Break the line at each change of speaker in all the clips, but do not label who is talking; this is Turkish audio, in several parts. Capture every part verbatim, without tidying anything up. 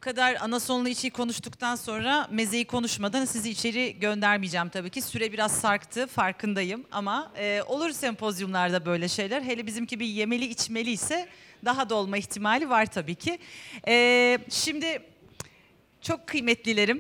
kadar ana sonlu içi konuştuktan sonra mezeyi konuşmadan sizi içeri göndermeyeceğim tabii ki. Süre biraz sarktı, farkındayım ama e, olur sempozyumlarda böyle şeyler. Hele bizimki bir yemeli içmeli ise daha da olma ihtimali var tabii ki. E, şimdi çok kıymetlilerim.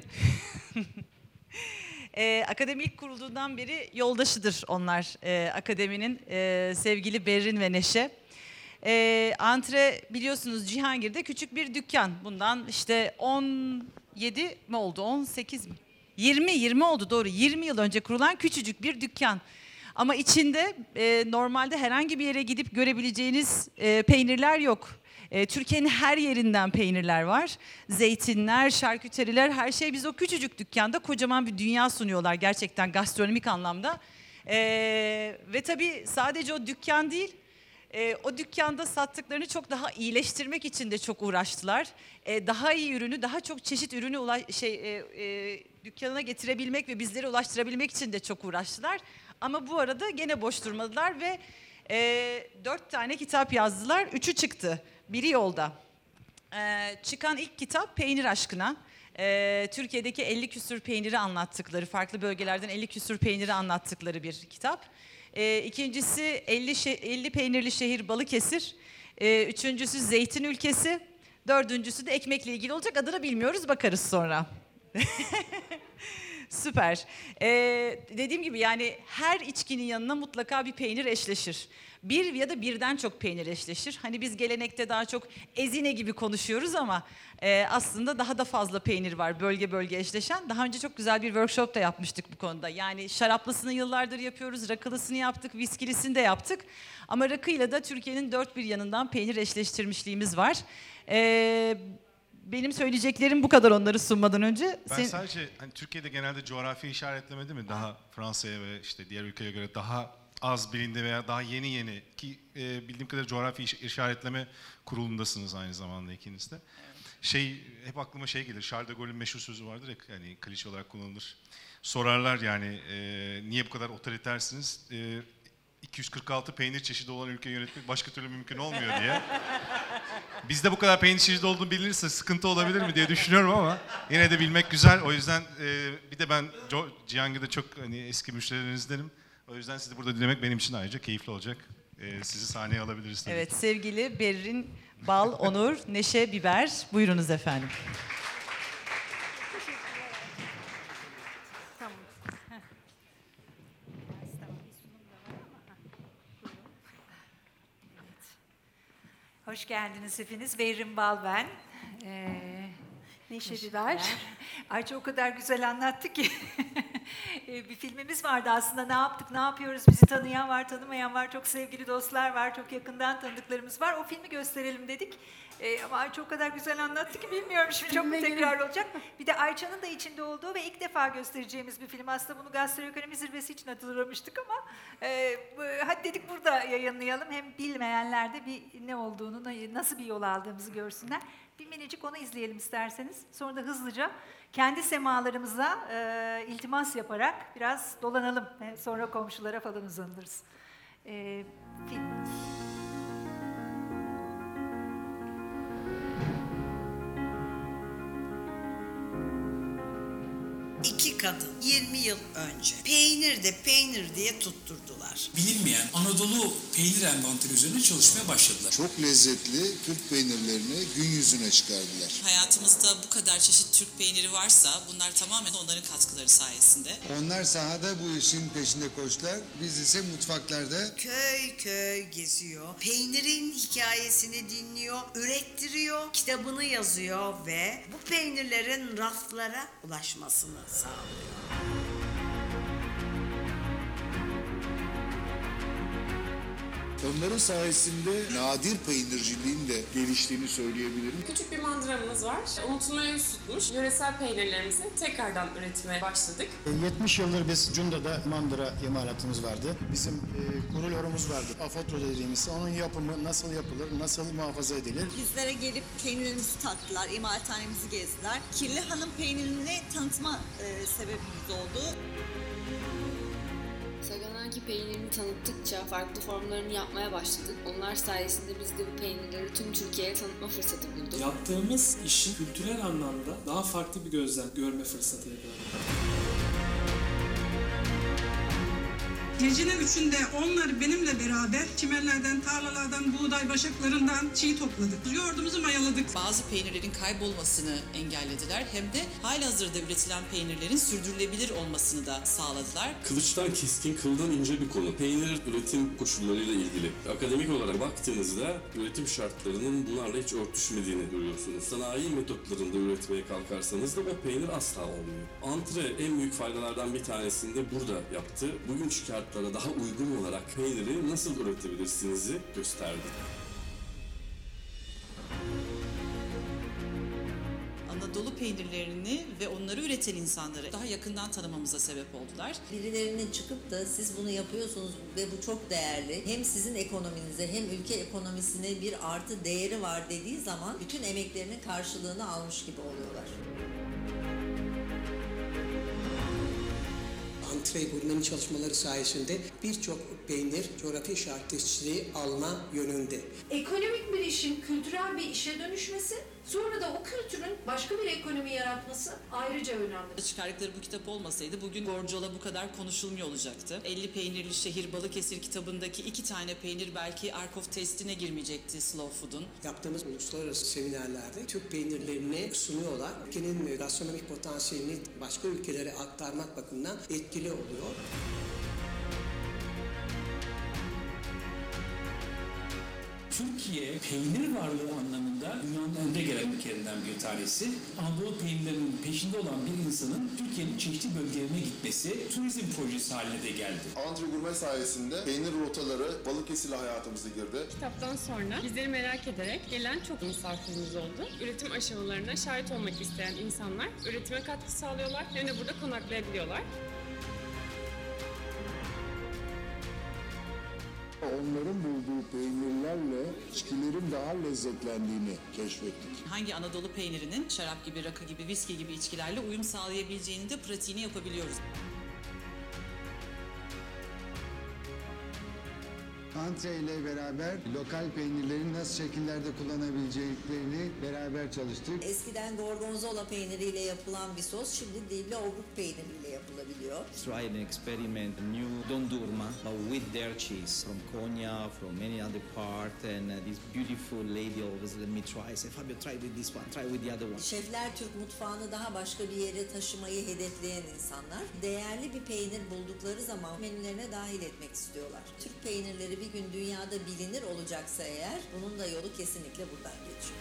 e, akademi ilk kurulduğundan beri yoldaşıdır onlar. E, akademinin e, sevgili Berrin ve Neşe. Ee, Antre biliyorsunuz Cihangir'de küçük bir dükkan. Bundan işte on yedi mi oldu, on sekiz mi? yirmi, yirmi oldu doğru. yirmi yıl önce kurulan küçücük bir dükkan. Ama içinde e, normalde herhangi bir yere gidip görebileceğiniz e, peynirler yok. E, Türkiye'nin her yerinden peynirler var. Zeytinler, şarküteriler, her şey biz o küçücük dükkanda kocaman bir dünya sunuyorlar gerçekten gastronomik anlamda. E, ve tabii sadece o dükkan değil. E, o dükkanda sattıklarını çok daha iyileştirmek için de çok uğraştılar. E, daha iyi ürünü, daha çok çeşit ürünü ula- şey e, e, dükkanına getirebilmek ve bizlere ulaştırabilmek için de çok uğraştılar. Ama bu arada gene boş durmadılar ve e, dört tane kitap yazdılar. Üçü çıktı, biri yolda. E, çıkan ilk kitap Peynir Aşkına. E, Türkiye'deki elli küsür peyniri anlattıkları, farklı bölgelerden elli küsür peyniri anlattıkları bir kitap. E, ikincisi elli, şe- elli peynirli şehir Balıkesir. E, üçüncüsü Zeytin Ülkesi. Dördüncüsü de ekmekle ilgili olacak. Adını bilmiyoruz, bakarız sonra. Süper. Ee, dediğim gibi yani her içkinin yanına mutlaka bir peynir eşleşir. Bir ya da birden çok peynir eşleşir. Hani biz gelenekte daha çok ezine gibi konuşuyoruz ama e, aslında daha da fazla peynir var bölge bölge eşleşen. Daha önce çok güzel bir workshop da yapmıştık bu konuda. Yani şaraplısını yıllardır yapıyoruz, rakılısını yaptık, viskilisini de yaptık. Ama rakıyla da Türkiye'nin dört bir yanından peynir eşleştirmişliğimiz var. Ee, Benim söyleyeceklerim bu kadar onları sunmadan önce.
Ben
Sen...
sadece hani Türkiye'de genelde coğrafi işaretleme değil mi? Daha Fransa'ya ve işte diğer ülkelere göre daha az bilindi veya daha yeni yeni ki e, bildiğim kadarıyla coğrafi iş, işaretleme kurulundasınız aynı zamanda ikiniz de. Evet. Şey hep aklıma şey gelir. Charles de Gaulle'ün meşhur sözü vardır ya, yani klişe olarak kullanılır. Sorarlar yani e, niye bu kadar otoritersiniz? E, iki yüz kırk altı peynir çeşidi olan ülkeyi yönetmek başka türlü mümkün olmuyor diye. Bizde bu kadar peynir çeşidi olduğunu bilinirse sıkıntı olabilir mi diye düşünüyorum ama yine de bilmek güzel. O yüzden e, bir de ben Cihangir'de çok hani eski müşterilerinizdenim. O yüzden sizi burada dinlemek benim için ayrıca keyifli olacak. E, sizi sahneye alabiliriz tabii.
Evet, sevgili Berrin Bal, Onur, Neşe Biber. Buyurunuz efendim.
Hoş geldiniz hepiniz. Berrin Bal ben. Ee,
Neşe Biber.
Ayça o kadar güzel anlattı ki. Bir filmimiz vardı aslında. Ne yaptık, ne yapıyoruz? Bizi tanıyan var, tanımayan var. Çok sevgili dostlar var, çok yakından tanıdıklarımız var. O filmi gösterelim dedik. Ee, ama Ayça o kadar güzel anlattı ki bilmiyorum şimdi çok mu tekrar olacak. Bir de Ayça'nın da içinde olduğu ve ilk defa göstereceğimiz bir film. Aslında bunu gastroekonomi zirvesi için hatırlamıştık ama e, bu, hadi dedik burada yayınlayalım. Hem bilmeyenler de bir ne olduğunu, nasıl bir yol aldığımızı görsünler. Bir minicik onu izleyelim isterseniz. Sonra da hızlıca kendi semalarımıza e, iltimas yaparak biraz dolanalım. E, sonra komşulara falan uzanırız. E, film.
İki kadın yirmi yıl önce peynir de peynir diye tutturdular.
Bilinmeyen Anadolu peynir envanteri üzerine çalışmaya başladılar.
Çok lezzetli Türk peynirlerini gün yüzüne çıkardılar.
Hayatımızda bu kadar çeşit Türk peyniri varsa bunlar tamamen onların katkıları sayesinde.
Onlar sahada bu işin peşinde koştular. Biz ise mutfaklarda
Köy köy geziyor, peynirin hikayesini dinliyor, ürettiriyor, kitabını yazıyor ve bu peynirlerin raflara ulaşmasını sağlıyor.
onların sayesinde nadir peynirciliğin de geliştiğini söyleyebilirim.
Küçük bir mandıramız var. Unutulmaya yüz tutmuş yöresel peynirlerimizi tekrardan üretmeye başladık.
yetmiş yıldır biz Cunda'da mandıra imalatımız vardı. Bizim e, kurulorumuz vardı. Afotro dediğimiz. Onun yapımı nasıl yapılır, nasıl muhafaza edilir?
Bizlere gelip peynirimizi tattılar, imalathanemizi gezdiler. Kirli Hanım peynirini tanıtma e, sebebimiz oldu.
Taganaki peynirini tanıttıkça farklı formlarını yapmaya başladık. Onlar sayesinde biz de bu peynirleri tüm Türkiye'ye tanıtma fırsatı bulduk.
Yaptığımız işi kültürel anlamda daha farklı bir gözle görme fırsatı yakaladık.
Gecenin üçünde onlar benimle beraber çimenlerden, tarlalardan, buğday başaklarından çiğ topladık. Yoğurdumuzu mayaladık.
Bazı peynirlerin kaybolmasını engellediler hem de halihazırda üretilen peynirlerin sürdürülebilir olmasını da sağladılar.
Kılıçtan keskin, kıldan ince bir konu. Peynir üretim koşullarıyla ilgili. Akademik olarak baktığınızda üretim şartlarının bunlarla hiç örtüşmediğini görüyorsunuz. Sanayi metotlarında üretmeye kalkarsanız da o peynir asla olmuyor. Antre en büyük faydalardan bir tanesini de burada yaptı. Bugün şartlara daha uygun olarak peyniri nasıl üretebilirsinizi gösterdi.
Anadolu peynirlerini ve onları üreten insanları daha yakından tanımamıza sebep oldular.
Birilerinin çıkıp da siz bunu yapıyorsunuz ve bu çok değerli. Hem sizin ekonominize hem ülke ekonomisine bir artı değeri var dediği zaman bütün emeklerinin karşılığını almış gibi oluyorlar.
Antre gurmenin çalışmaları sayesinde birçok peynir coğrafi işaretçiliği alma yönünde.
Ekonomik bir işin kültürel bir işe dönüşmesi, sonra da o kültürün başka bir ekonomi yaratması ayrıca önemli.
Çıkardıkları bu kitap olmasaydı bugün Gorcola bu kadar konuşulmuyor olacaktı. elli peynirli şehir Balıkesir kitabındaki iki tane peynir belki Arkof testine girmeyecekti Slow Food'un.
Yaptığımız uluslararası seminerlerde Türk peynirlerini sunuyorlar. Ülkenin gastronomik potansiyelini başka ülkelere aktarmak bakımından etkili oluyor.
Türkiye peynir varlığı anlamında dünyanın önde gelen ülkelerinden bir tanesi. Anadolu peynirlerinin peşinde olan bir insanın Türkiye'nin çeşitli bölgelerine gitmesi turizm projesi haline de geldi.
Antre Gurme sayesinde peynir rotaları Balıkesir'le hayatımıza girdi.
Kitaptan sonra bizleri merak ederek gelen çok misafirimiz oldu. Üretim aşamalarına şahit olmak isteyen insanlar üretime katkı sağlıyorlar ve de burada konaklayabiliyorlar.
Onların bulduğu peynirlerle içkilerin daha lezzetlendiğini keşfettik.
Hangi Anadolu peynirinin şarap gibi, rakı gibi, viski gibi içkilerle uyum sağlayabileceğini de pratiğini yapabiliyoruz.
Antre ile beraber lokal peynirleri nasıl şekillerde kullanabileceklerini beraber çalıştık.
Eskiden gorgonzola peyniriyle yapılan bir sos şimdi dilli obruk peyniriyle yapılabiliyor.
Try and experiment new dondurma but with their cheese from Konya, from many other part, and uh, this beautiful lady always let me try. I say, Fabio, try with this one, try with the other one.
Şefler Türk mutfağını daha başka bir yere taşımayı hedefleyen insanlar değerli bir peynir buldukları zaman menülerine dahil etmek istiyorlar. Türk peynirleri bir gün dünyada bilinir olacaksa eğer bunun da yolu kesinlikle buradan geçiyor.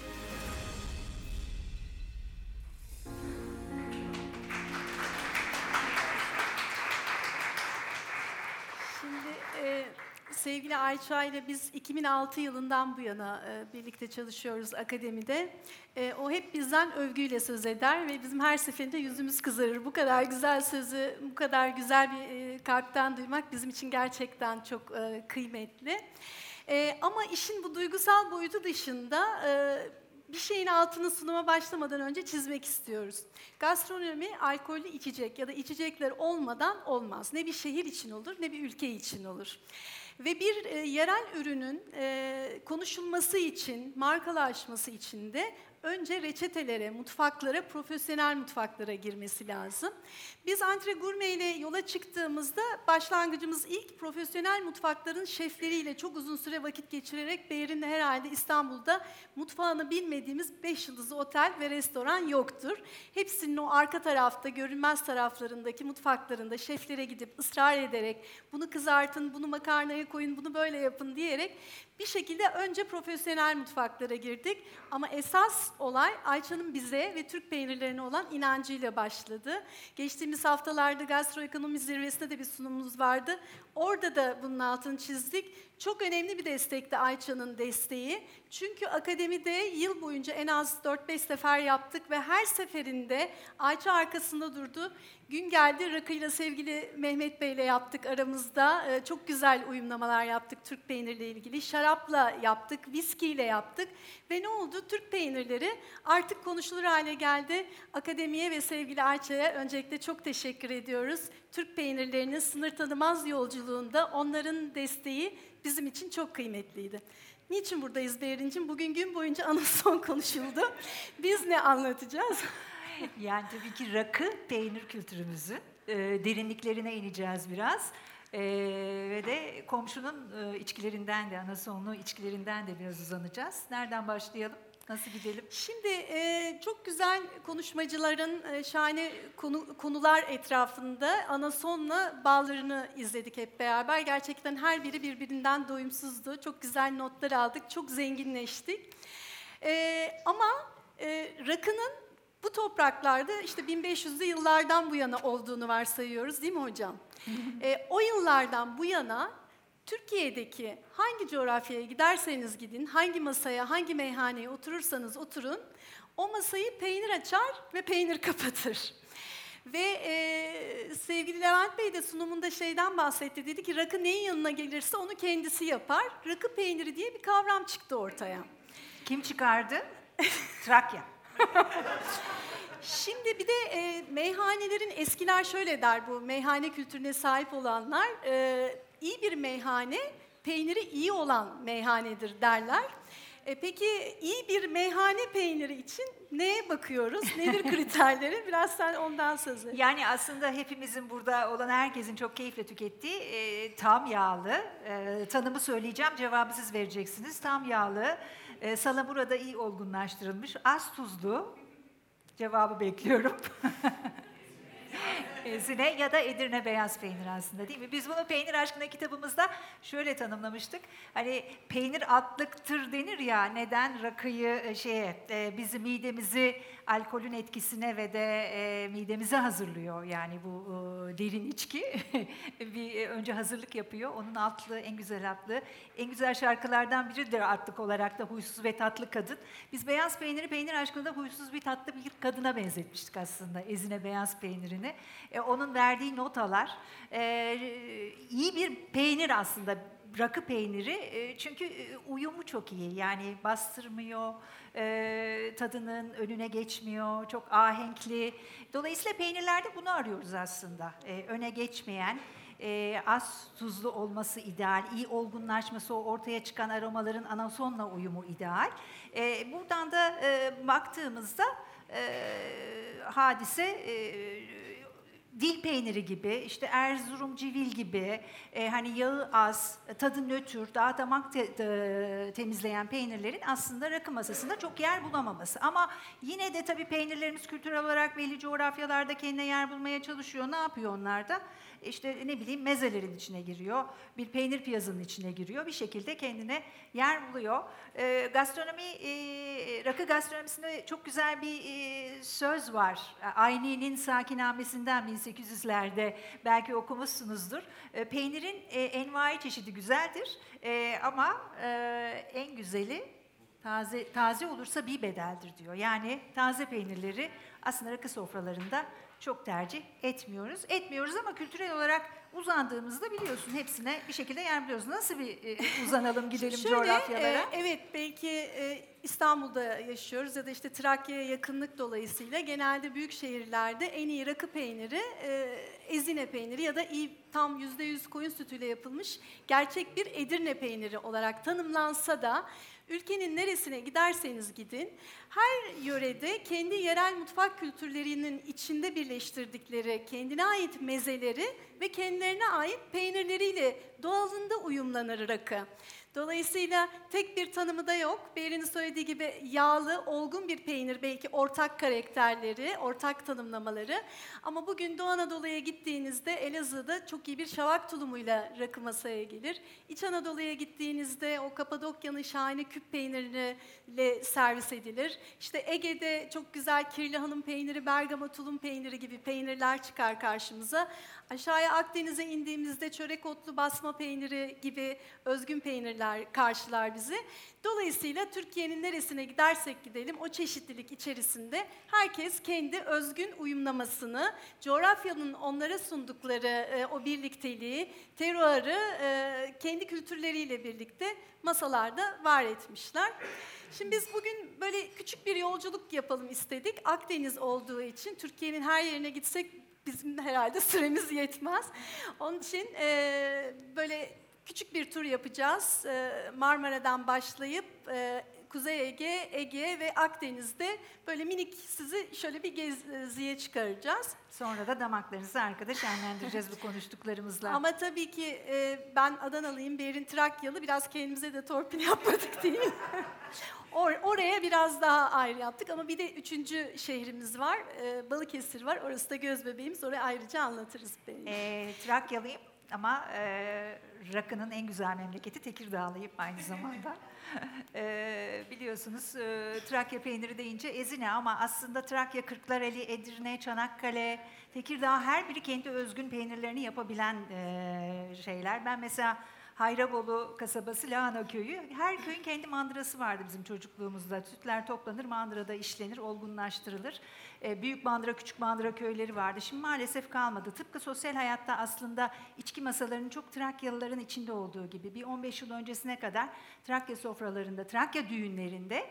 Şimdi e, sevgili Ayça ile biz iki bin altı yılından bu yana e, birlikte çalışıyoruz akademide. E, o hep bizden övgüyle söz eder ve bizim her seferinde yüzümüz kızarır. Bu kadar güzel sözü, bu kadar güzel bir e, kalpten duymak bizim için gerçekten çok e, kıymetli. E, ama işin bu duygusal boyutu dışında e, bir şeyin altını sunuma başlamadan önce çizmek istiyoruz. Gastronomi alkollü içecek ya da içecekler olmadan olmaz. Ne bir şehir için olur ne bir ülke için olur. Ve bir e, yerel ürünün e, konuşulması için, markalaşması için de önce reçetelere, mutfaklara, profesyonel mutfaklara girmesi lazım. Biz Antre Gurme ile yola çıktığımızda başlangıcımız ilk profesyonel mutfakların şefleriyle çok uzun süre vakit geçirerek Berin'le herhalde İstanbul'da mutfağını bilmediğimiz beş yıldızlı otel ve restoran yoktur. Hepsinin o arka tarafta, görünmez taraflarındaki mutfaklarında şeflere gidip ısrar ederek bunu kızartın, bunu makarnaya koyun, bunu böyle yapın diyerek bir şekilde önce profesyonel mutfaklara girdik. Ama esas olay Ayça'nın bize ve Türk peynirlerine olan inancıyla başladı. Geçtiğimiz haftalarda gastroekonomi zirvesinde de bir sunumumuz vardı. Orada da bunun altını çizdik. Çok önemli bir destekti Ayça'nın desteği. Çünkü akademide yıl boyunca en az dört beş sefer yaptık ve her seferinde Ayça arkasında durdu. Gün geldi rakıyla sevgili Mehmet Bey'le yaptık aramızda. Ee, çok güzel uyumlamalar yaptık Türk peynirle ilgili. Şarap şarapla yaptık, viskiyle yaptık ve ne oldu? Türk peynirleri artık konuşulur hale geldi. Akademiye ve sevgili Ayça'ya öncelikle çok teşekkür ediyoruz. Türk peynirlerinin sınır tanımaz yolculuğunda onların desteği bizim için çok kıymetliydi. Niçin buradayız Berincim? Bugün gün boyunca anason konuşuldu. Biz ne anlatacağız?
Yani tabii ki rakı peynir kültürümüzün e, derinliklerine ineceğiz biraz. E, ve de komşunun e, içkilerinden de, anasonlu içkilerinden de biraz uzanacağız. Nereden başlayalım? Nasıl gidelim?
Şimdi e, çok güzel konuşmacıların e, şahane konu, konular etrafında anasonla bağlarını izledik hep beraber. Gerçekten her biri birbirinden doyumsuzdu. Çok güzel notlar aldık, çok zenginleştik. E, ama e, rakının bu topraklarda işte bin beş yüzlü yıllardan bu yana olduğunu varsayıyoruz, değil mi hocam? e, o yıllardan bu yana Türkiye'deki hangi coğrafyaya giderseniz gidin, hangi masaya, hangi meyhaneye oturursanız oturun, o masayı peynir açar ve peynir kapatır. Ve e, sevgili Levent Bey de sunumunda şeyden bahsetti, dedi ki rakı neyin yanına gelirse onu kendisi yapar. Rakı peyniri diye bir kavram çıktı ortaya.
Kim çıkardı? Trakya.
Şimdi bir de e, meyhanelerin, eskiler şöyle der, bu meyhane kültürüne sahip olanlar, e, iyi bir meyhane, peyniri iyi olan meyhanedir derler. E, peki iyi bir meyhane peyniri için neye bakıyoruz? Nedir kriterleri? Biraz sen ondan söz et.
Yani aslında hepimizin, burada olan herkesin çok keyifle tükettiği e, tam yağlı, e, tanımı söyleyeceğim, cevabı siz vereceksiniz. Tam yağlı, e, salamurada iyi olgunlaştırılmış, az tuzlu, cevabı bekliyorum. Ezine ya da Edirne beyaz peynir aslında, değil mi? Biz bunu Peynir Aşkına kitabımızda şöyle tanımlamıştık. Hani peynir atlıktır denir ya, neden rakıyı şeye, e, bizi midemizi alkolün etkisine ve de e, midemizi hazırlıyor. Yani bu e, derin içki bir e, önce hazırlık yapıyor. Onun altlığı en güzel atlığı. En güzel şarkılardan biridir atlık olarak da Huysuz ve Tatlı Kadın. Biz beyaz peyniri Peynir Aşkı'nda huysuz bir tatlı bir kadına benzetmiştik aslında, Ezine beyaz peynirini. E, onun verdiği notalar e, iyi bir peynir aslında, rakı peyniri, e, çünkü e, uyumu çok iyi, yani bastırmıyor, e, tadının önüne geçmiyor, çok ahenkli. Dolayısıyla peynirlerde bunu arıyoruz aslında, e, öne geçmeyen, e, az tuzlu olması ideal, iyi olgunlaşması, o ortaya çıkan aromaların anasonla uyumu ideal. E, buradan da e, baktığımızda e, hadise e, dil peyniri gibi, işte Erzurum civil gibi, e, hani yağı az, tadı nötr, daha damak te- te- temizleyen peynirlerin aslında rakı masasında çok yer bulamaması. Ama yine de tabii peynirlerimiz kültürel olarak belli coğrafyalarda kendine yer bulmaya çalışıyor. Ne yapıyor onlar da? İşte ne bileyim, mezelerin içine giriyor, bir peynir piyazının içine giriyor, bir şekilde kendine yer buluyor. E, gastronomi, e, rakı gastronomisinde çok güzel bir e, söz var. Ayni'nin Sakinamesi'nden bin sekiz yüzlerde belki okumuşsunuzdur. E, peynirin e, envai çeşidi güzeldir e, ama e, en güzeli taze taze olursa bir bedeldir diyor. Yani taze peynirleri aslında rakı sofralarında çok tercih etmiyoruz. Etmiyoruz ama kültürel olarak uzandığımızda biliyorsun hepsine bir şekilde yer biliyoruz. Nasıl bir e, uzanalım gidelim
Şöyle,
coğrafyalara?
e, evet, belki e, İstanbul'da yaşıyoruz ya da işte Trakya'ya yakınlık dolayısıyla genelde büyük şehirlerde en iyi rakı peyniri e, Ezine peyniri ya da iyi, tam yüzde yüz koyun sütüyle yapılmış gerçek bir Edirne peyniri olarak tanımlansa da ülkenin neresine giderseniz gidin, her yörede kendi yerel mutfak kültürlerinin içinde birleştirdikleri kendine ait mezeleri ve kendilerine ait peynirleriyle doğalında uyumlanır rakı. Dolayısıyla tek bir tanımı da yok. Beyrin'in söylediği gibi yağlı, olgun bir peynir, belki ortak karakterleri, ortak tanımlamaları. Ama bugün Doğu Anadolu'ya gittiğinizde Elazığ'da çok iyi bir şavak tulumuyla rakı masaya gelir. İç Anadolu'ya gittiğinizde o Kapadokya'nın şahane küp peyniriyle servis edilir. İşte Ege'de çok güzel Kirli Hanım peyniri, Bergama tulum peyniri gibi peynirler çıkar karşımıza. Aşağıya Akdeniz'e indiğimizde çörek otlu basmati basma peyniri gibi özgün peynirler karşılar bizi. Dolayısıyla Türkiye'nin neresine gidersek gidelim o çeşitlilik içerisinde herkes kendi özgün uyumlamasını, coğrafyanın onlara sundukları e, o birlikteliği, teruarı e, kendi kültürleriyle birlikte masalarda var etmişler. Şimdi biz bugün böyle küçük bir yolculuk yapalım istedik. Akdeniz olduğu için Türkiye'nin her yerine gitsek bizim herhalde süremiz yetmez. Onun için e, böyle küçük bir tur yapacağız. E, Marmara'dan başlayıp e, Kuzey Ege, Ege ve Akdeniz'de böyle minik sizi şöyle bir geziye çıkaracağız.
Sonra da damaklarınızı arkada şenlendireceğiz bu konuştuklarımızla.
Ama tabii ki e, ben Adanalıyım, Berin Trakyalı. Biraz kendimize de torpil yapmadık değil mi? Or- oraya biraz daha ayrı yaptık ama bir de üçüncü şehrimiz var. E, Balıkesir var. Orası da göz bebeğimiz. Orayı ayrıca anlatırız.
E, Trakyalıyım ama e, rakının en güzel memleketi Tekirdağlıyım aynı zamanda. e, biliyorsunuz e, Trakya peyniri deyince Ezine ama aslında Trakya, Kırklareli, Edirne, Çanakkale, Tekirdağ her biri kendi özgün peynirlerini yapabilen e, şeyler. Ben mesela Hayrabolu kasabası Lahana köyü. Her köyün kendi mandırası vardı bizim çocukluğumuzda. Sütler toplanır, mandırada işlenir, olgunlaştırılır. E, büyük mandıra, küçük mandıra köyleri vardı. Şimdi maalesef kalmadı. Tıpkı sosyal hayatta aslında içki masalarının çok Trakyalıların içinde olduğu gibi. Bir on beş yıl öncesine kadar Trakya sofralarında, Trakya düğünlerinde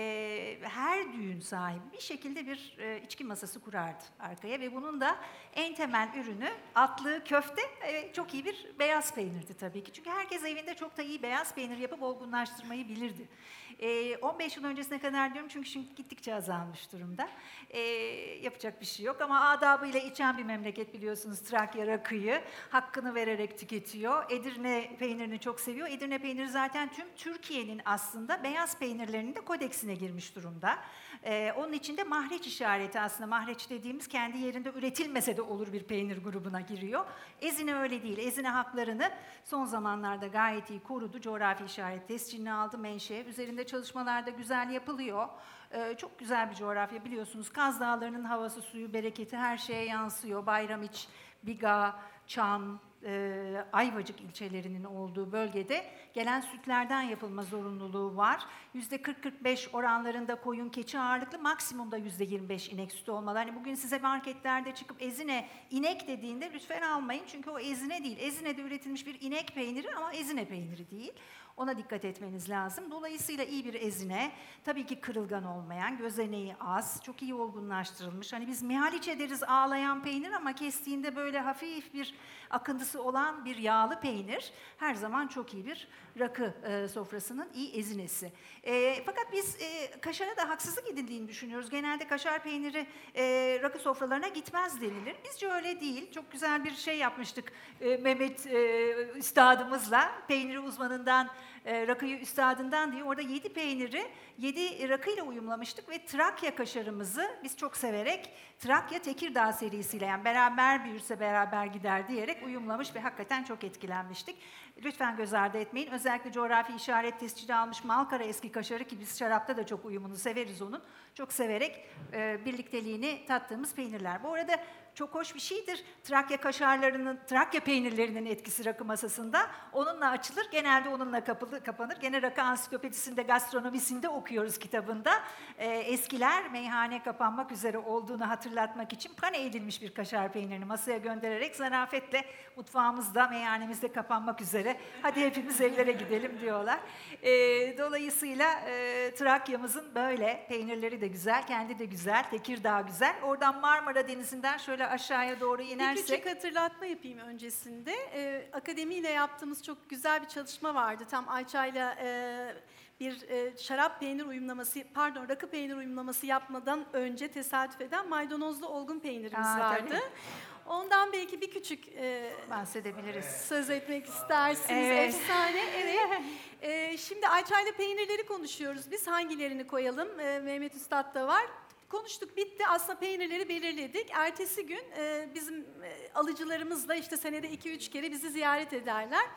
e, her düğün sahibi bir şekilde bir e, içki masası kurardı arkaya. Ve bunun da en temel ürünü atlı köfte, e, çok iyi bir beyaz peynirdi tabii ki. Çünkü herkes evinde çok da iyi beyaz peynir yapıp olgunlaştırmayı bilirdi. Ee, on beş yıl öncesine kadar diyorum çünkü şimdi gittikçe azalmış durumda. Ee, yapacak bir şey yok ama adabıyla içen bir memleket biliyorsunuz Trakya rakıyı. Hakkını vererek tüketiyor. Edirne peynirini çok seviyor. Edirne peyniri zaten tüm Türkiye'nin aslında beyaz peynirlerinin de kodeksine girmiş durumda. Ee, onun içinde mahreç işareti aslında mahreç dediğimiz kendi yerinde üretilmese de olur bir peynir grubuna giriyor. Ezine öyle değil. Ezine haklarını son zamanlarda gayet iyi korudu. Coğrafi işaret tescilini aldı menşe. Üzerinde çalışmalar da güzel yapılıyor. Ee, çok güzel bir coğrafya biliyorsunuz. Kaz Dağları'nın havası, suyu, bereketi her şeye yansıyor. Bayramiç, Biga, Çam, e, Ayvacık ilçelerinin olduğu bölgede gelen sütlerden yapılma zorunluluğu var. yüzde kırk kırk beş oranlarında koyun, keçi ağırlıklı, maksimumda yüzde yirmi beş inek sütü olmalı. Hani bugün size marketlerde çıkıp ezine inek dediğinde lütfen almayın. Çünkü o ezine değil. Ezine'de üretilmiş bir inek peyniri ama ezine peyniri değil. Ona dikkat etmeniz lazım. Dolayısıyla iyi bir ezine, tabii ki kırılgan olmayan, gözeneği az, çok iyi olgunlaştırılmış. Hani biz mihaliç ederiz ağlayan peynir ama kestiğinde böyle hafif bir akıntısı olan bir yağlı peynir her zaman çok iyi bir rakı e, sofrasının iyi ezinesi. E, fakat biz e, kaşara da haksızlık edildiğini düşünüyoruz. Genelde kaşar peyniri e, rakı sofralarına gitmez denilir. Bizce öyle değil. Çok güzel bir şey yapmıştık e, Mehmet e, üstadımızla, peyniri uzmanından, e, rakıyı üstadından diye. Orada yedi peyniri yedi rakıyla uyumlamıştık ve Trakya kaşarımızı biz çok severek Trakya Tekirdağ serisiyle yani beraber büyürse beraber gider diyerek uyumlamış ve hakikaten çok etkilenmiştik. Lütfen göz ardı etmeyin. Özellikle coğrafi işaret tescili almış Malkara eski kaşarı ki biz şarapta da çok uyumunu severiz onun. Çok severek e, birlikteliğini tattığımız peynirler. Bu arada çok hoş bir şeydir. Trakya kaşarlarının, Trakya peynirlerinin etkisi rakı masasında. Onunla açılır, genelde onunla kapılı, kapanır. Gene Rakı Ansiklopedisinde, gastronomisinde okuyoruz kitabında. Ee, eskiler meyhane kapanmak üzere olduğunu hatırlatmak için pane edilmiş bir kaşar peynirini masaya göndererek zarafetle mutfağımızda, meyhanemizde kapanmak üzere. Hadi hepimiz evlere gidelim diyorlar. Ee, dolayısıyla e, Trakya'mızın böyle peynirleri de güzel, kendi de güzel, Tekirdağ güzel. Oradan Marmara Denizi'nden şöyle aşağıya doğru inersek.
Bir küçük hatırlatma yapayım öncesinde. Ee, akademiyle yaptığımız çok güzel bir çalışma vardı. Tam Ayça'yla e, bir e, şarap peynir uyumlaması, pardon rakı peynir uyumlaması yapmadan önce tesadüf eden maydanozlu olgun peynirimiz
Aa,
vardı.
tabii.
Ondan belki bir küçük e,
bahsedebiliriz.
Söz etmek istersiniz.
Evet.
Efsane. Evet. E, şimdi Ayça'yla peynirleri konuşuyoruz. Biz hangilerini koyalım? E, Mehmet Üstad da var. Konuştuk, bitti. Aslında peynirleri belirledik. Ertesi gün e, bizim e, alıcılarımız da işte senede iki üç kere bizi ziyaret ederler.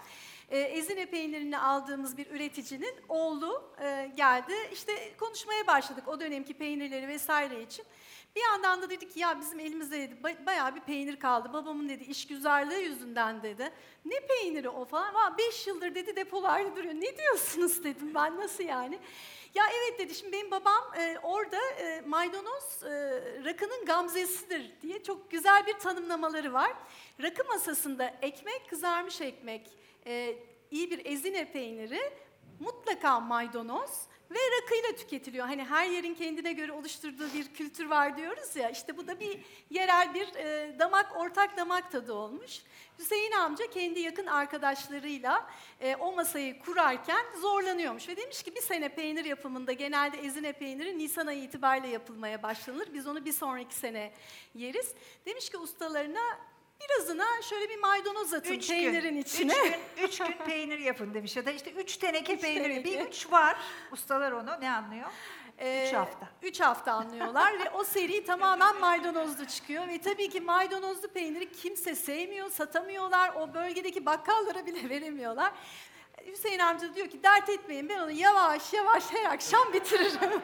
E, Ezine peynirini aldığımız bir üreticinin oğlu e, geldi. İşte konuşmaya başladık o dönemki peynirleri vesaire için. Bir yandan da dedi ki ya bizim elimizde dedi, ba- bayağı bir peynir kaldı. Babamın dedi işgüzarlığı yüzünden dedi. Ne peyniri o falan. Valla beş yıldır dedi depolarda duruyor. Ne diyorsunuz dedim ben, nasıl yani? Ya evet dedi, şimdi benim babam e, orada e, maydanoz e, rakının gamzesidir diye çok güzel bir tanımlamaları var. Rakı masasında ekmek, kızarmış ekmek, e, iyi bir ezine peyniri, mutlaka maydanoz ve rakıyla tüketiliyor. Hani her yerin kendine göre oluşturduğu bir kültür var diyoruz ya, işte bu da bir yerel bir e, damak, ortak damak tadı olmuş. Hüseyin amca kendi yakın arkadaşlarıyla e, o masayı kurarken zorlanıyormuş ve demiş ki bir sene peynir yapımında genelde ezine peyniri Nisan ayı itibariyle yapılmaya başlanır. Biz onu bir sonraki sene yeriz. Demiş ki ustalarına birazına şöyle bir maydanoz atın
Üç
peynirin
gün,
içine.
Üç gün, üç gün peynir yapın demiş ya da işte üç teneke
Üç
peynir.
teneke.
Bir üç var. Ustalar onu ne anlıyor?
Ee,
Üç hafta.
Üç hafta anlıyorlar ve o seri tamamen maydanozlu çıkıyor. Ve tabii ki maydanozlu peyniri kimse sevmiyor, satamıyorlar. O bölgedeki bakkallara bile veremiyorlar. Hüseyin amca diyor ki dert etmeyin, ben onu yavaş yavaş her akşam bitiririm.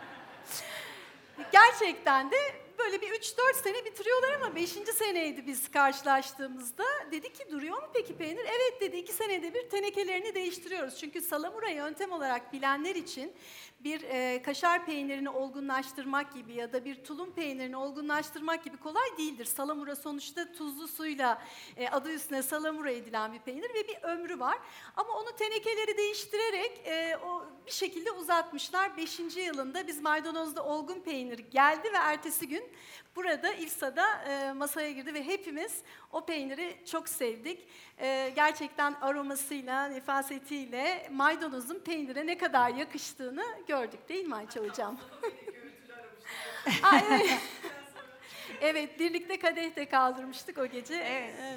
Gerçekten de böyle bir üç dört sene bitiriyorlar ama beşinci seneydi biz karşılaştığımızda. Dedi ki duruyor mu peki peynir? Evet dedi, iki senede bir tenekelerini değiştiriyoruz. Çünkü salamura yöntem olarak bilenler için bir e, kaşar peynirini olgunlaştırmak gibi ya da bir tulum peynirini olgunlaştırmak gibi kolay değildir. Salamura sonuçta tuzlu suyla e, adı üstüne salamura edilen bir peynir ve bir ömrü var. Ama onu tenekeleri değiştirerek e, o bir şekilde uzatmışlar. Beşinci yılında biz maydanozda olgun peynir geldi ve ertesi gün burada İlsa'da e, masaya girdi ve hepimiz o peyniri çok sevdik. E, gerçekten aromasıyla, nefasetiyle maydanozun peynire ne kadar yakıştığını gördük değil mi Ayça Hocam? Aa, evet. Evet, birlikte kadeh de kaldırmıştık o gece.
Evet.
Evet.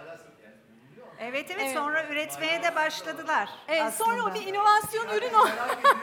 Evet, evet,
Evet.
sonra üretmeye de başladılar.
Evet, sonra o bir inovasyon ürün o.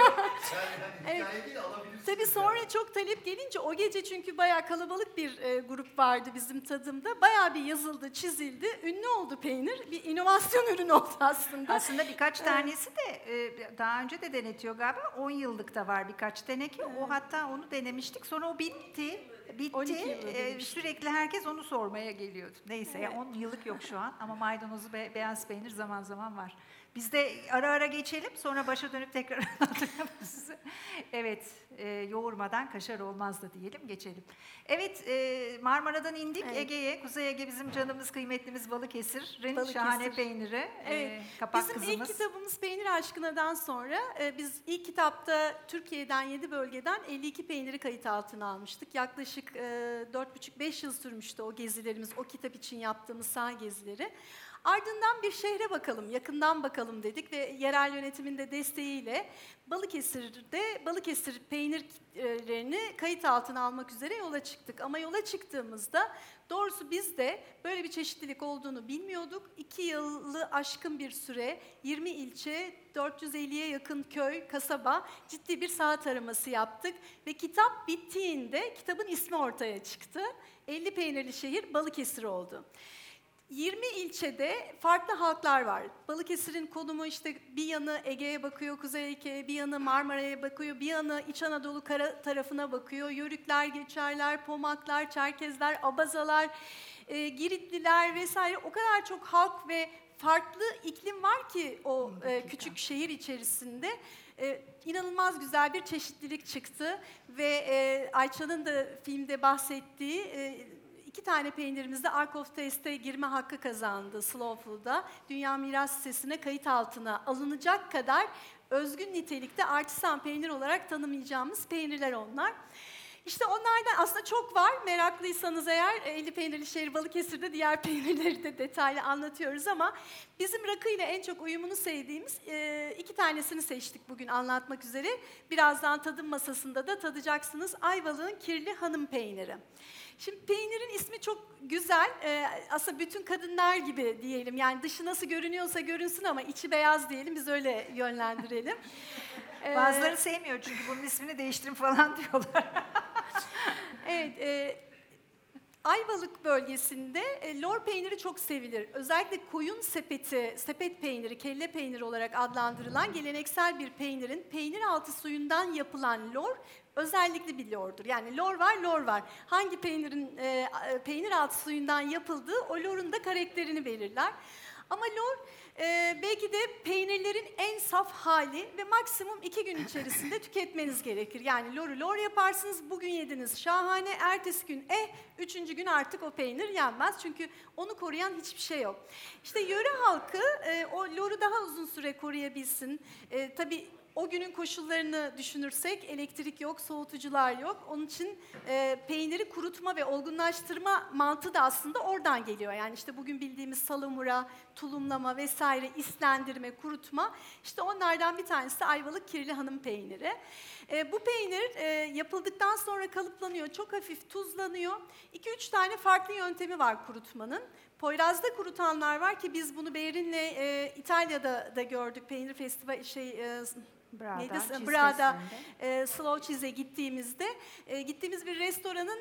Evet. Tabii sonra çok talep gelince o gece, çünkü bayağı kalabalık bir e, grup vardı bizim tadımda. Bayağı bir yazıldı, çizildi. Ünlü oldu peynir. Bir inovasyon ürünü oldu aslında.
Aslında birkaç tanesi de e, daha önce de denetiyor galiba. on yıllık da var birkaç teneke. O hatta onu denemiştik. Sonra o bitti. Bitti. E, sürekli herkes onu sormaya geliyordu. Neyse
Evet.
ya on yıllık yok şu an ama maydanozu be- beyaz peynir zaman zaman var. Biz de ara ara geçelim, sonra başa dönüp tekrar anlatacağım size. Evet, e, yoğurmadan kaşar olmaz da diyelim, geçelim. Evet, e, Marmara'dan indik
Evet.
Ege'ye. Kuzey Ege bizim canımız, kıymetlimiz Balıkesir'in
Balıkesir.
şahane peyniri.
Evet.
E, kapak
Bizim
kızımız.
ilk kitabımız Peynir Aşkına'dan sonra e, biz ilk kitapta Türkiye'den yedi bölgeden elli iki peyniri kayıt altına almıştık. Yaklaşık e, dört buçuk beş yıl sürmüştü o gezilerimiz, o kitap için yaptığımız saha gezileri. Ardından bir şehre bakalım, yakından bakalım dedik ve yerel yönetimin de desteğiyle Balıkesir'de Balıkesir peynirlerini kayıt altına almak üzere yola çıktık. Ama yola çıktığımızda doğrusu biz de böyle bir çeşitlilik olduğunu bilmiyorduk. İki yılı aşkın bir süre yirmi ilçe, dört yüz elliye yakın köy, kasaba ciddi bir saha taraması yaptık. Ve kitap bittiğinde kitabın ismi ortaya çıktı. elli peynirli şehir Balıkesir oldu. yirmi ilçede farklı halklar var. Balıkesir'in konumu işte bir yanı Ege'ye bakıyor, Kuzey Ege'ye, bir yanı Marmara'ya bakıyor, bir yanı İç Anadolu kara tarafına bakıyor. Yörükler, Göçerler, Pomaklar, Çerkezler, Abazalar, e, Giritliler vesaire, o kadar çok halk ve farklı iklim var ki o e, küçük şehir içerisinde. Ee, inanılmaz güzel bir çeşitlilik çıktı ve e, Ayça'nın da filmde bahsettiği e, iki tane peynirimiz de Ark of Taste'e girme hakkı kazandı Slow Food'da. Dünya Miras Listesi'ne kayıt altına alınacak kadar özgün nitelikte artisan peynir olarak tanımlayacağımız peynirler onlar. İşte onlardan aslında çok var. Meraklıysanız eğer elli peynirli şehir Balıkesir'de diğer peynirleri de detaylı anlatıyoruz ama bizim rakıyla en çok uyumunu sevdiğimiz e, iki tanesini seçtik bugün anlatmak üzere. Birazdan tadım masasında da tadacaksınız. Ayvalık'ın Kirli Hanım peyniri. Şimdi peynirin ismi çok güzel. Ee, aslında bütün kadınlar gibi diyelim. Yani dışı nasıl görünüyorsa görünsün ama içi beyaz diyelim. Biz öyle yönlendirelim. Ee,
Bazıları sevmiyor çünkü bunun ismini değiştirin falan diyorlar.
Evet. E, Ayvalık bölgesinde e, lor peyniri çok sevilir. Özellikle koyun sepeti, sepet peyniri, kelle peyniri olarak adlandırılan geleneksel bir peynirin peynir altı suyundan yapılan lor özellikle bir lordur. Yani lor var, lor var. Hangi peynirin e, peynir altı suyundan yapıldığı o lorun da karakterini belirler. Ama lor e, belki de peynirlerin en saf hali ve maksimum iki gün içerisinde tüketmeniz gerekir. Yani loru lor yaparsınız, bugün yediniz şahane, ertesi gün eh, üçüncü gün artık o peynir yenmez. Çünkü onu koruyan hiçbir şey yok. İşte yöre halkı e, o loru daha uzun süre koruyabilsin. E, tabii o günün koşullarını düşünürsek elektrik yok, soğutucular yok. Onun için e, peyniri kurutma ve olgunlaştırma mantığı da aslında oradan geliyor. Yani işte bugün bildiğimiz salamura, tulumlama vesaire, islendirme, kurutma. İşte onlardan bir tanesi de Ayvalık Kirlihanım peyniri. E, bu peynir e, yapıldıktan sonra kalıplanıyor, çok hafif tuzlanıyor. iki üç tane farklı yöntemi var kurutmanın. Poyraz'da kurutanlar var ki biz bunu Berin'le e, İtalya'da da gördük. Peynir Festivali şey e,
Brada,
neydi?
cheese
Brada
festivalinde.
e, Slow Cheese'e gittiğimizde e, gittiğimiz bir restoranın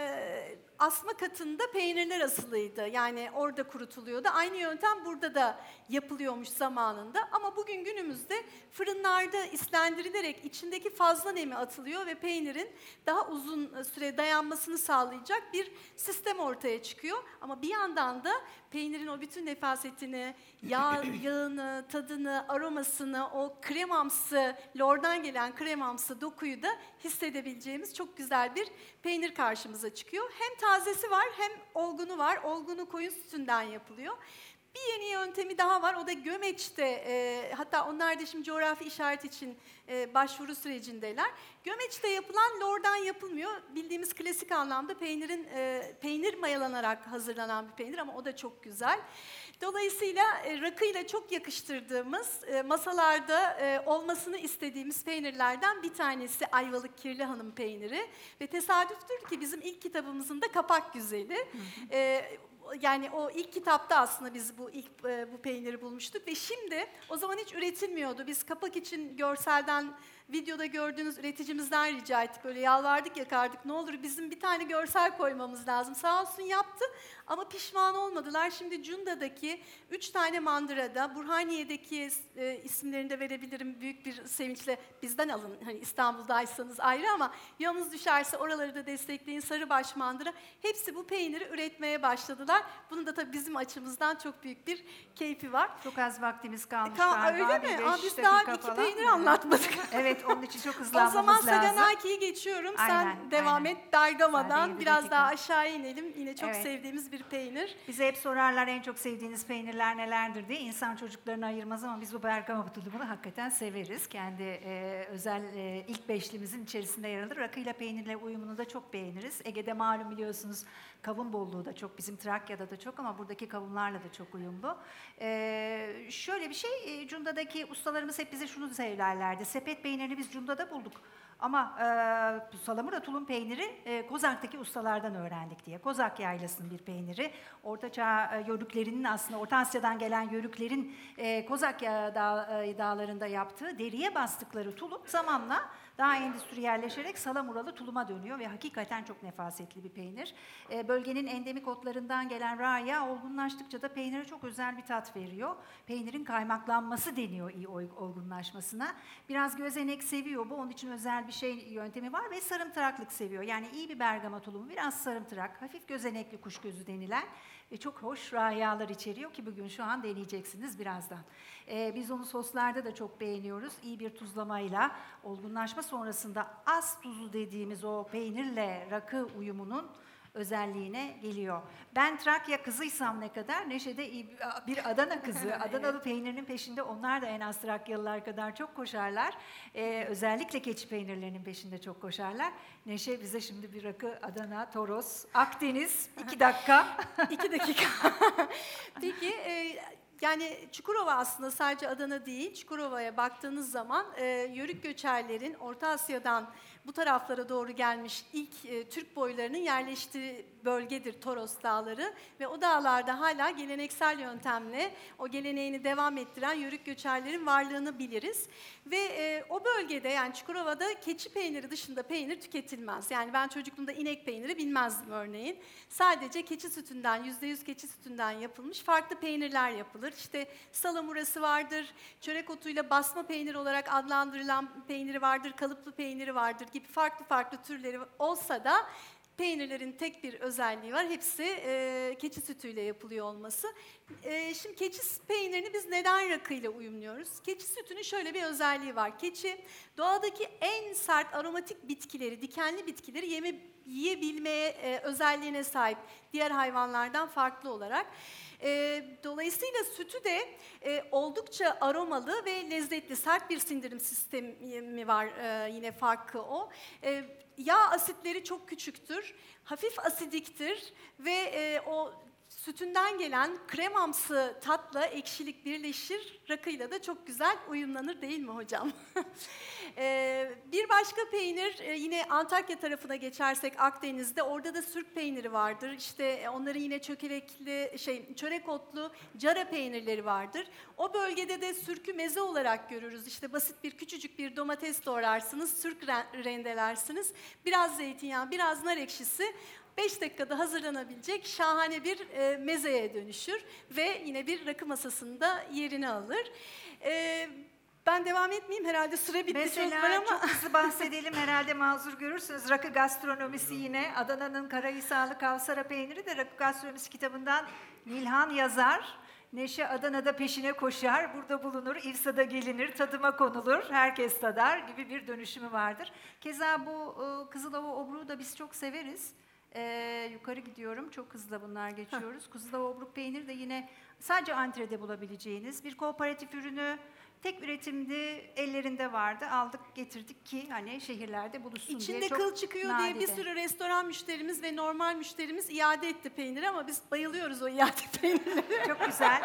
e, asma katında peynirler asılıydı. Yani orada kurutuluyordu. Aynı yöntem burada da yapılıyormuş zamanında. Ama bugün günümüzde fırınlarda islendirilerek içindeki fazla nemi atılıyor ve peynirin daha uzun süre dayanmasını sağlayacak bir sistem ortaya çıkıyor. Ama bir yandan da peynirin o bütün nefasetini, yağ, yağını, tadını, aromasını, o kremamsı, lordan gelen kremamsı dokuyu da hissedebileceğimiz çok güzel bir peynir karşımıza çıkıyor. Hem tazesi var hem olgunu var. Olgunu koyun sütünden yapılıyor. Bir yeni yöntemi daha var, o da Gömeç'te, e, hatta onlar da şimdi coğrafi işaret için e, başvuru sürecindeler. Gömeç'te yapılan lordan yapılmıyor. Bildiğimiz klasik anlamda peynirin e, peynir mayalanarak hazırlanan bir peynir ama o da çok güzel. Dolayısıyla e, rakıyla çok yakıştırdığımız, e, masalarda e, olmasını istediğimiz peynirlerden bir tanesi Ayvalık Kirlihanım peyniri. Ve tesadüftür ki bizim ilk kitabımızın da kapak güzeli. Hı hı. E, Yani o ilk kitapta aslında biz bu ilk e, bu peyniri bulmuştuk ve şimdi o zaman hiç üretilmiyordu. Biz kapak için görselden, videoda gördüğünüz üreticimizden rica ettik. Böyle yalvardık yakardık, ne olur bizim bir tane görsel koymamız lazım. Sağ olsun yaptı ama pişman olmadılar. Şimdi Cunda'daki üç tane mandırada, Burhaniye'deki e, isimlerini de verebilirim büyük bir sevinçle. Bizden alın, hani İstanbul'daysanız ayrı ama yolunuz düşerse oraları da destekleyin. Sarıbaş mandıra, hepsi bu peyniri üretmeye başladılar. Bunun da tabii bizim açımızdan çok büyük bir keyfi var.
Çok az vaktimiz kalmış
Ka-
galiba.
Öyle mi?
Bir
Aa,
beş
biz
dakika
daha iki
falan.
peynir anlatmadık.
Evet, onun için çok
O
hızlanmamız
zaman
lazım.
Saganaki'yi geçiyorum.
Aynen,
Sen devam
aynen.
et Bergama'dan.
Sadece bir
Biraz
dakika.
daha aşağı inelim. Yine çok
Evet.
sevdiğimiz bir peynir.
Bize hep sorarlar en çok sevdiğiniz peynirler nelerdir diye. İnsan çocuklarını ayırmaz ama biz bu Bergama tulumunu hakikaten severiz. Kendi e, özel e, ilk beşlimizin içerisinde yer alır. Rakıyla peynirle uyumunu da çok beğeniriz. Ege'de malum biliyorsunuz kavun bolluğu da çok, bizim Trakya'da da çok ama buradaki kavunlarla da çok uyumlu. E, şöyle bir şey, e, Cunda'daki ustalarımız hep bize şunu söylerlerdi. Sepet peynirini biz Cunda'da bulduk. Ama e, salamura tulum peyniri e, Kozak'taki ustalardan öğrendik diye. Kozak yaylasının bir peyniri. Ortaçağ e, yörüklerinin aslında Orta Asya'dan gelen yörüklerin e, Kozak dağ, e, dağlarında yaptığı deriye bastıkları tulum zamanla daha endüstriyelleşerek salamuralı tuluma dönüyor ve hakikaten çok nefasetli bir peynir. E, bölgenin endemik otlarından gelen raya olgunlaştıkça da peynire çok özel bir tat veriyor. Peynirin kaymaklanması deniyor iyi olgunlaşmasına. Biraz gözenek seviyor bu, onun için özel bir şey yöntemi var ve sarımtıraklık seviyor. Yani iyi bir Bergama tulumu biraz sarımtırak, hafif gözenekli kuş gözü denilen ve çok hoş rayalar içeriyor ki bugün şu an deneyeceksiniz birazdan. Ee, biz onu soslarda da çok beğeniyoruz. İyi bir tuzlamayla olgunlaşma sonrasında az tuzu dediğimiz o peynirle rakı uyumunun özelliğine geliyor. Ben Trakya kızıysam ne kadar, Neşe de bir Adana kızı. Adanalı peynirinin peşinde onlar da en az Trakyalılar kadar çok koşarlar. Ee, özellikle keçi peynirlerinin peşinde çok koşarlar. Neşe bize şimdi bir rakı, Adana, Toros, Akdeniz, iki dakika.
iki dakika. Peki, e, yani Çukurova aslında sadece Adana değil, Çukurova'ya baktığınız zaman e, yörük göçerlerin Orta Asya'dan bu taraflara doğru gelmiş ilk e, Türk boylarının yerleştiği bölgedir Toros Dağları ve o dağlarda hala geleneksel yöntemle o geleneğini devam ettiren yörük göçerlerin varlığını biliriz. Ve e, o bölgede yani Çukurova'da keçi peyniri dışında peynir tüketilmez. Yani ben çocukluğumda inek peyniri bilmezdim örneğin. Sadece keçi sütünden, yüzde yüz keçi sütünden yapılmış farklı peynirler yapılır. İşte salamurası vardır, çörek otuyla basma peynir olarak adlandırılan peyniri vardır, kalıplı peyniri vardır gibi farklı farklı türleri olsa da peynirlerin tek bir özelliği var. Hepsi e, keçi sütüyle yapılıyor olması. E, şimdi keçi peynirini biz neden rakıyla uyumluyoruz? Keçi sütünün şöyle bir özelliği var. Keçi doğadaki en sert aromatik bitkileri, dikenli bitkileri yeme, yiyebilmeye e, özelliğine sahip diğer hayvanlardan farklı olarak. E, dolayısıyla sütü de e, oldukça aromalı ve lezzetli, sert bir sindirim sistemi var e, yine farkı o. E, yağ asitleri çok küçüktür, hafif asidiktir ve e, o sütünden gelen kremamsı tatla ekşilik birleşir, rakıyla da çok güzel uyumlanır değil mi hocam? ee, bir başka peynir e, yine Antakya tarafına geçersek Akdeniz'de orada da Sürk peyniri vardır. İşte onların yine çökelekli, şey çörek otlu cara peynirleri vardır. O bölgede de sürkü meze olarak görürüz. İşte basit bir küçücük bir domates doğrarsınız, sürk rendelersiniz, biraz zeytinyağı, biraz nar ekşisi. beş dakikada hazırlanabilecek şahane bir e, mezeye dönüşür ve yine bir rakı masasında yerini alır. E, ben devam etmeyeyim, herhalde süre bitti.
Mesela
çok var ama.
çok hızlı bahsedelim, herhalde mazur görürsünüz. Rakı gastronomisi yine Adana'nın Karahisarlı Kavsara peyniri de Rakı gastronomisi kitabından Nilhan yazar. Neşe Adana'da peşine koşar, burada bulunur, İvsa'da gelinir, tadıma konulur, herkes tadar gibi bir dönüşümü vardır. Keza bu e, Kızılova obruğu da biz çok severiz. Ee, yukarı gidiyorum. Çok hızlı bunlar geçiyoruz. Kızılova obruk peyniri de yine sadece antrede bulabileceğiniz bir kooperatif ürünü. Tek üretimdi, ellerinde vardı. Aldık, getirdik ki hani şehirlerde buluşsun
İçinde
diye. Çok
kıl çıkıyor
nadide
diye bir sürü restoran müşterimiz ve normal müşterimiz iade etti peyniri ama biz bayılıyoruz o iade peynirlere.
Çok güzel.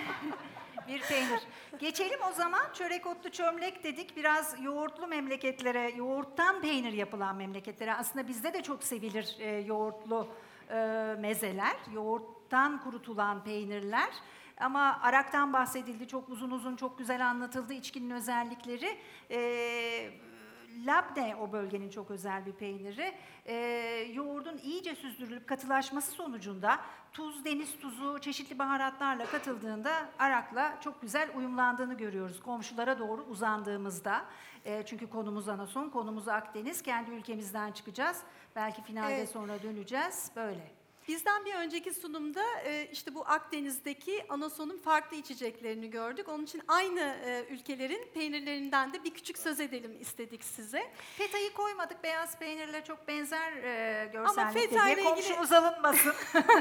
Bir peynir. Geçelim o zaman. Çörek otlu çömlek dedik. Biraz yoğurtlu memleketlere, yoğurttan peynir yapılan memleketlere. Aslında bizde de çok sevilir e, yoğurtlu e, mezeler. Yoğurttan kurutulan peynirler. Ama araktan bahsedildi. Çok uzun uzun, çok güzel anlatıldı içkinin özellikleri. E, Labne o bölgenin çok özel bir peyniri. Ee, yoğurdun iyice süzdürülüp katılaşması sonucunda tuz, deniz tuzu, çeşitli baharatlarla katıldığında arakla çok güzel uyumlandığını görüyoruz. Komşulara doğru uzandığımızda. Ee, çünkü konumuz anason, konumuz Akdeniz. Kendi ülkemizden çıkacağız. Belki finalde
Evet.
sonra döneceğiz. Böyle.
Bizden bir önceki sunumda e, işte bu Akdeniz'deki anasonun farklı içeceklerini gördük. Onun için aynı e, ülkelerin peynirlerinden de bir küçük söz edelim istedik size.
Feta'yı koymadık. Beyaz peynirle çok benzer e,
Ama
görsellikte
feta
diye
ile ilgili-
komşumuz alınmasın.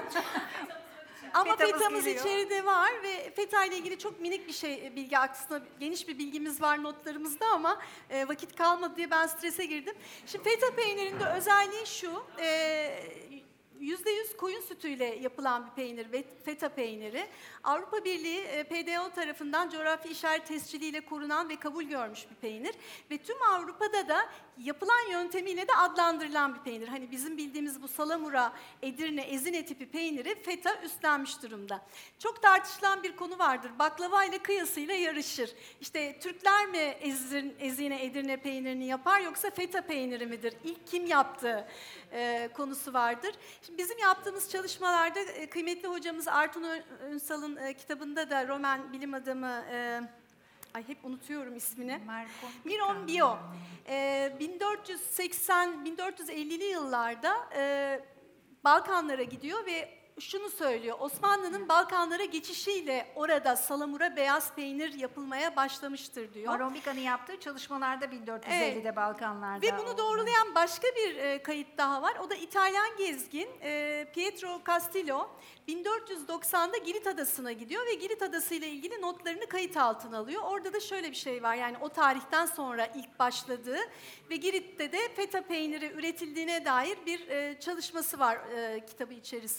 Ama
Fetamız
fetamız
geliyor.
içeride var ve feta ile ilgili çok minik bir şey, bilgi aslında geniş bir bilgimiz var notlarımızda ama e, vakit kalmadı diye ben strese girdim. Şimdi feta peynirinde özelliği şu, e, yüzde yüz koyun sütüyle yapılan bir peynir ve feta peyniri. Avrupa Birliği e, P D O tarafından coğrafi işaret tesciliyle korunan ve kabul görmüş bir peynir. Ve tüm Avrupa'da da yapılan yöntemiyle de adlandırılan bir peynir. Hani bizim bildiğimiz bu salamura, Edirne, Ezine tipi peyniri feta üstlenmiş durumda. Çok tartışılan bir konu vardır. Baklava ile kıyasıyla yarışır. İşte Türkler mi Ezin, Ezine, Edirne peynirini yapar yoksa feta peyniri midir? İlk kim yaptı e, konusu vardır. Şimdi bizim yaptığımız çalışmalarda e, kıymetli hocamız Artun Önsal'ın e, kitabında da Roman bilim adamı, e, ay hep unutuyorum ismini, Miron Bio, e, bin dört yüz seksen bin dört yüz ellili yıllarda e, Balkanlara gidiyor ve şunu söylüyor: Osmanlı'nın Balkanlara geçişiyle orada salamura, beyaz peynir yapılmaya başlamıştır diyor.
Arombika'nın yaptığı çalışmalarda bin dört yüz ellide
Evet.
Balkanlarda.
Ve bunu doğrulayan başka bir e, kayıt daha var. O da İtalyan gezgin e, Pietro Castillo bin dört yüz doksanda Girit Adası'na gidiyor ve Girit Adası ile ilgili notlarını kayıt altına alıyor. Orada da şöyle bir şey var, yani o tarihten sonra ilk başladığı ve Girit'te de feta peyniri üretildiğine dair bir e, çalışması var e, kitabı içerisinde.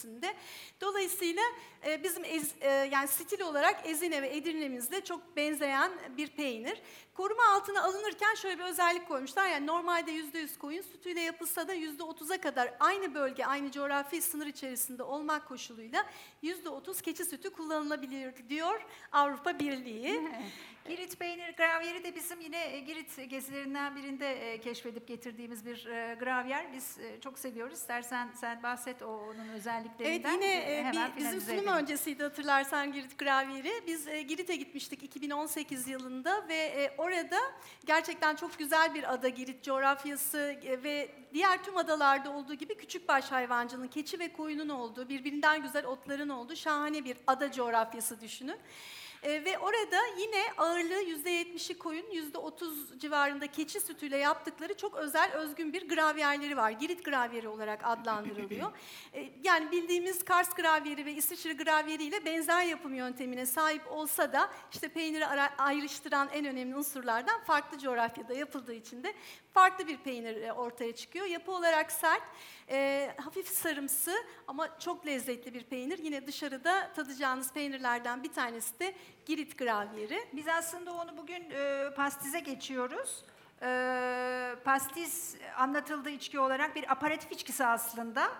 Dolayısıyla e, bizim ez, e, yani stil olarak Ezine ve Edirne'mizle çok benzeyen bir peynir. Koruma altına alınırken şöyle bir özellik koymuşlar. Yani normalde yüzde yüz koyun sütüyle yapılsa da yüzde otuza kadar aynı bölge, aynı coğrafi sınır içerisinde olmak koşuluyla yüzde otuz keçi sütü kullanılabilir diyor Avrupa Birliği.
Girit peynir gravyeri de bizim yine Girit gezilerinden birinde e, keşfedip getirdiğimiz bir e, gravyer. Biz e, çok seviyoruz. İstersen sen bahset o, onun özelliklerinden.
Evet, yine
E,
e,
hemen
bir, bizim
finalize
sunum
edelim.
öncesiydi hatırlarsan Girit gravyeri. Biz e, Girit'e gitmiştik iki bin on sekiz yılında ve e, orada gerçekten çok güzel bir ada Girit coğrafyası e, ve diğer tüm adalarda olduğu gibi küçükbaş hayvancılığın, keçi ve koyunun olduğu, birbirinden güzel otların olduğu şahane bir ada coğrafyası düşünün. Ee, ve orada yine ağırlığı yüzde yetmişi koyun, yüzde otuz civarında keçi sütüyle yaptıkları çok özel, özgün bir gravyerleri var. Girit gravyeri olarak adlandırılıyor. Ee, yani bildiğimiz Kars gravyeri ve İsviçre gravyeriyle benzer yapım yöntemine sahip olsa da işte peyniri ara- ayrıştıran en önemli unsurlardan farklı coğrafyada yapıldığı için de farklı bir peynir e, ortaya çıkıyor. Yapı olarak sert, e, hafif sarımsı ama çok lezzetli bir peynir. Yine dışarıda tadacağınız peynirlerden bir tanesi de Girit gravyeri.
Biz aslında onu bugün e, pastize geçiyoruz. E, pastiz anlatıldığı içki olarak bir aperatif içkisi aslında.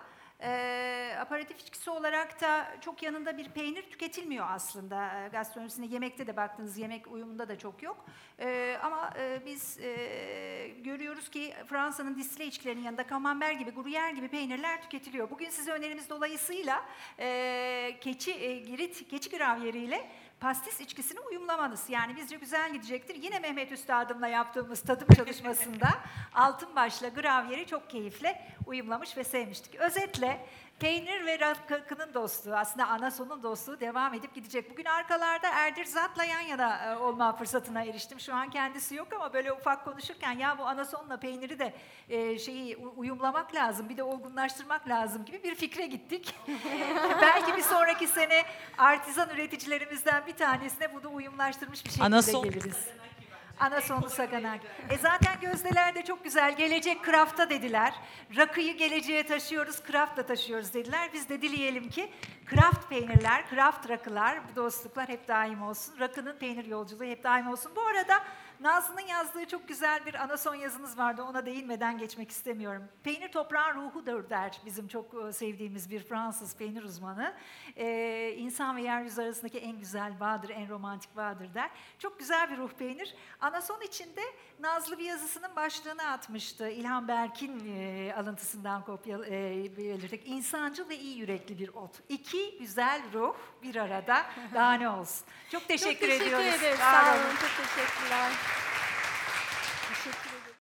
E, aperatif içkisi olarak da çok yanında bir peynir tüketilmiyor aslında. E, gastronomisinde yemekte de baktığınız yemek uyumunda da çok yok. E, ama e, biz e, görüyoruz ki Fransa'nın distile içkilerinin yanında Camembert gibi, Gruyère gibi peynirler tüketiliyor. Bugün size önerimiz dolayısıyla e, keçi, e, Girit, keçi gravyeriyle pastis içkisini uyumlamanız. Yani bizce güzel gidecektir. Yine Mehmet Üstadım'la yaptığımız tadım çalışmasında Altınbaş'la gravyeri çok keyifle uyumlamış ve sevmiştik. Özetle peynir ve rakının dostluğu, aslında anasonun dostluğu devam edip gidecek. Bugün arkalarda Erdir Zat'la yan yana olma fırsatına eriştim. Şu an kendisi yok ama böyle ufak konuşurken ya bu anasonla peyniri de e, şeyi uyumlamak lazım, bir de olgunlaştırmak lazım gibi bir fikre gittik. Belki bir sonraki sene artizan üreticilerimizden bir tanesine bunu uyumlaştırmış bir şekilde
Anason.
geliriz. Anasonlu saganak. E zaten gözdeler de çok güzel. Gelecek craft'a dediler. Rakıyı geleceğe taşıyoruz, craft'la taşıyoruz dediler. Biz de dileyelim ki craft peynirler, craft rakılar, bu dostluklar hep daim olsun. Rakının peynir yolculuğu hep daim olsun. Bu arada Nazlı'nın yazdığı çok güzel bir anason yazınız vardı. Ona değinmeden geçmek istemiyorum. Peynir toprağın ruhudur der bizim çok sevdiğimiz bir Fransız peynir uzmanı. Ee, insan ve yeryüzü arasındaki en güzel bağdır, en romantik bağdır der. Çok güzel bir ruh peynir. Anason içinde Nazlı bir yazısının başlığını atmıştı. İlhan Berk'in e, alıntısından kopya e, belirterek. İnsancıl ve iyi yürekli bir ot. İki güzel ruh bir arada. Daha ne olsun. Çok teşekkür,
Çok teşekkür
ediyoruz.
ederim.
Sağ
Sağ
olun.
olun. Çok teşekkürler.